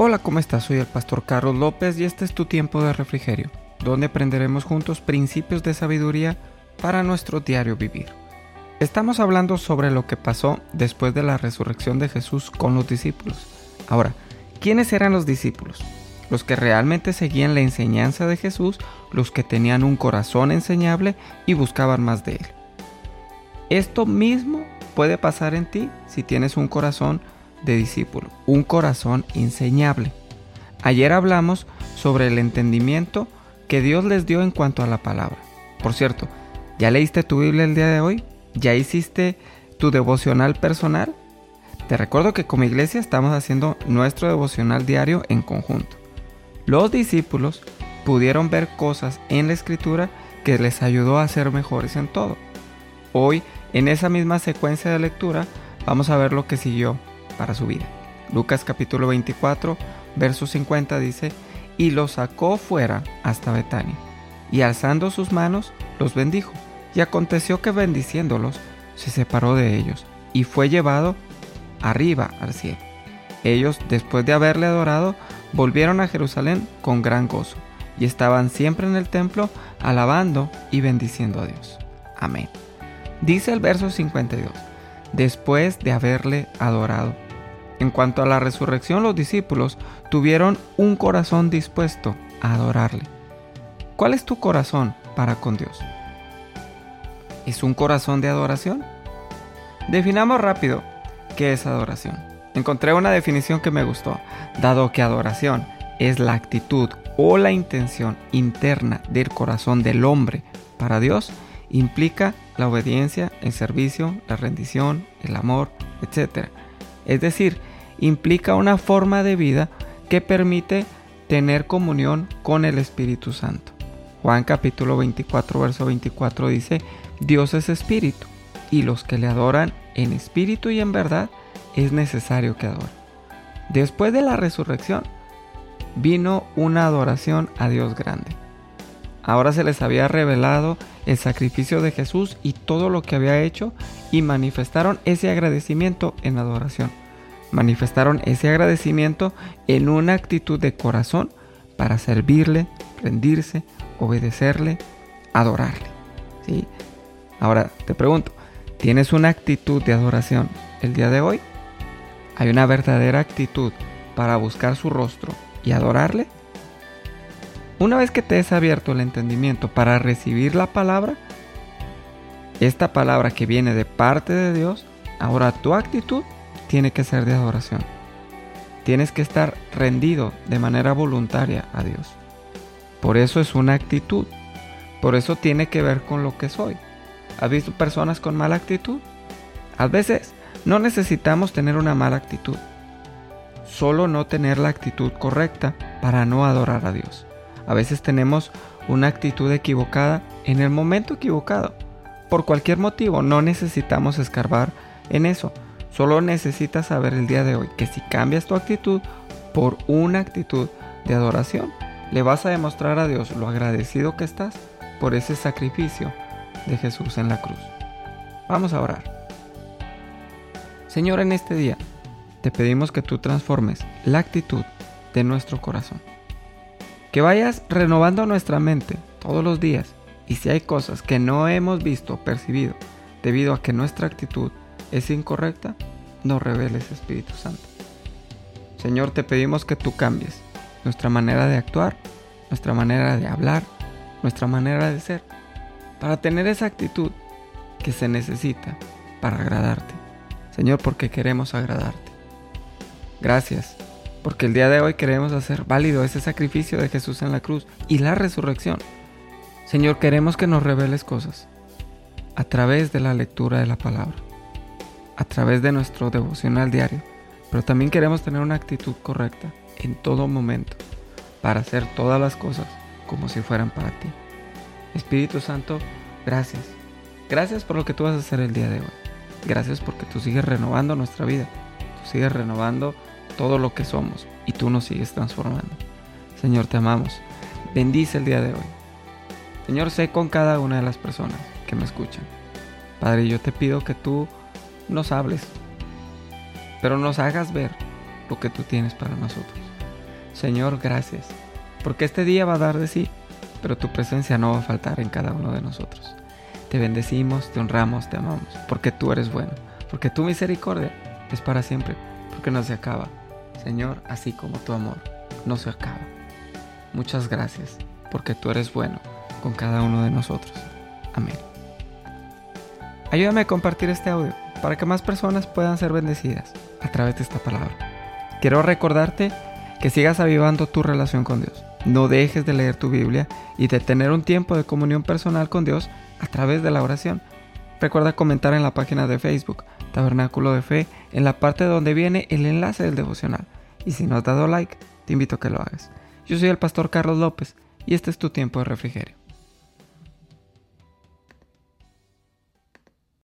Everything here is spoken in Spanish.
Hola, ¿cómo estás? Soy el pastor Carlos López y este es tu tiempo de refrigerio, donde aprenderemos juntos principios de sabiduría para nuestro diario vivir. Estamos hablando sobre lo que pasó después de la resurrección de Jesús con los discípulos. Ahora, ¿quiénes eran los discípulos? Los que realmente seguían la enseñanza de Jesús, los que tenían un corazón enseñable y buscaban más de Él. Esto mismo puede pasar en ti si tienes un corazón de discípulo, un corazón enseñable. Ayer hablamos sobre el entendimiento que Dios les dio en cuanto a la palabra. Por cierto, ¿ya leíste tu Biblia el día de hoy? ¿Ya hiciste tu devocional personal? Te recuerdo que como iglesia estamos haciendo nuestro devocional diario en conjunto. Los discípulos pudieron ver cosas en la Escritura que les ayudó a ser mejores en todo. Hoy, en esa misma secuencia de lectura, vamos a ver lo que siguió para su vida. Lucas capítulo 24, verso 50 dice: y los sacó fuera hasta Betania, y alzando sus manos, los bendijo. Y aconteció que bendiciéndolos, se separó de ellos, y fue llevado arriba al cielo. Ellos, después de haberle adorado, volvieron a Jerusalén con gran gozo, y estaban siempre en el templo, alabando y bendiciendo a Dios. Amén. Dice el verso 52, después de haberle adorado. En cuanto a la resurrección, los discípulos tuvieron un corazón dispuesto a adorarle. ¿Cuál es tu corazón para con Dios? ¿Es un corazón de adoración? Definamos rápido qué es adoración. Encontré una definición que me gustó, dado que adoración es la actitud o la intención interna del corazón del hombre para Dios, implica la obediencia, el servicio, la rendición, el amor, etc. Es decir, implica una forma de vida que permite tener comunión con el Espíritu Santo. Juan capítulo 24, verso 24 dice: Dios es espíritu, y los que le adoran en espíritu y en verdad es necesario que adoren. Después de la resurrección, vino una adoración a Dios grande. Ahora se les había revelado el sacrificio de Jesús y todo lo que había hecho, y manifestaron ese agradecimiento en adoración. Manifestaron ese agradecimiento en una actitud de corazón para servirle, rendirse, obedecerle, adorarle. ¿Sí? Ahora te pregunto, ¿tienes una actitud de adoración el día de hoy? ¿Hay una verdadera actitud para buscar su rostro y adorarle? Una vez que te es abierto el entendimiento para recibir la palabra, esta palabra que viene de parte de Dios, ahora tu actitud tiene que ser de adoración. Tienes que estar rendido de manera voluntaria a Dios. Por eso es una actitud. Por eso tiene que ver con lo que soy. ¿Has visto personas con mala actitud? A veces no necesitamos tener una mala actitud. Solo no tener la actitud correcta para no adorar a Dios. A veces tenemos una actitud equivocada en el momento equivocado. Por cualquier motivo, no necesitamos escarbar en eso. Solo necesitas saber el día de hoy que si cambias tu actitud por una actitud de adoración, le vas a demostrar a Dios lo agradecido que estás por ese sacrificio de Jesús en la cruz. Vamos a orar. Señor, en este día te pedimos que tú transformes la actitud de nuestro corazón. Que vayas renovando nuestra mente todos los días, y si hay cosas que no hemos visto o percibido debido a que nuestra actitud es incorrecta, nos reveles, Espíritu Santo. Señor, te pedimos que tú cambies nuestra manera de actuar, nuestra manera de hablar, nuestra manera de ser, para tener esa actitud que se necesita para agradarte. Señor, porque queremos agradarte. Gracias, porque el día de hoy queremos hacer válido ese sacrificio de Jesús en la cruz y la resurrección. Señor, queremos que nos reveles cosas a través de la lectura de la palabra, a través de nuestro devocional diario, pero también queremos tener una actitud correcta en todo momento para hacer todas las cosas como si fueran para ti. Espíritu Santo, gracias. Gracias por lo que tú vas a hacer el día de hoy. Gracias porque tú sigues renovando nuestra vida. Tú sigues renovando todo lo que somos y tú nos sigues transformando. Señor, te amamos. Bendice el día de hoy. Señor, sé con cada una de las personas que me escuchan. Padre, yo te pido que tú nos hables, pero nos hagas ver lo que tú tienes para nosotros. Señor, gracias, porque este día va a dar de sí, pero tu presencia no va a faltar en cada uno de nosotros. Te bendecimos, te honramos, te amamos, porque tú eres bueno, porque tu misericordia es para siempre, porque no se acaba. Señor, así como tu amor no se acaba. Muchas gracias, porque tú eres bueno con cada uno de nosotros. Amén. Ayúdame a compartir este audio para que más personas puedan ser bendecidas a través de esta palabra. Quiero recordarte que sigas avivando tu relación con Dios. No dejes de leer tu Biblia y de tener un tiempo de comunión personal con Dios a través de la oración. Recuerda comentar en la página de Facebook, Tabernáculo de Fe, en la parte donde viene el enlace del devocional. Y si no has dado like, te invito a que lo hagas. Yo soy el pastor Carlos López y este es tu tiempo de refrigerio.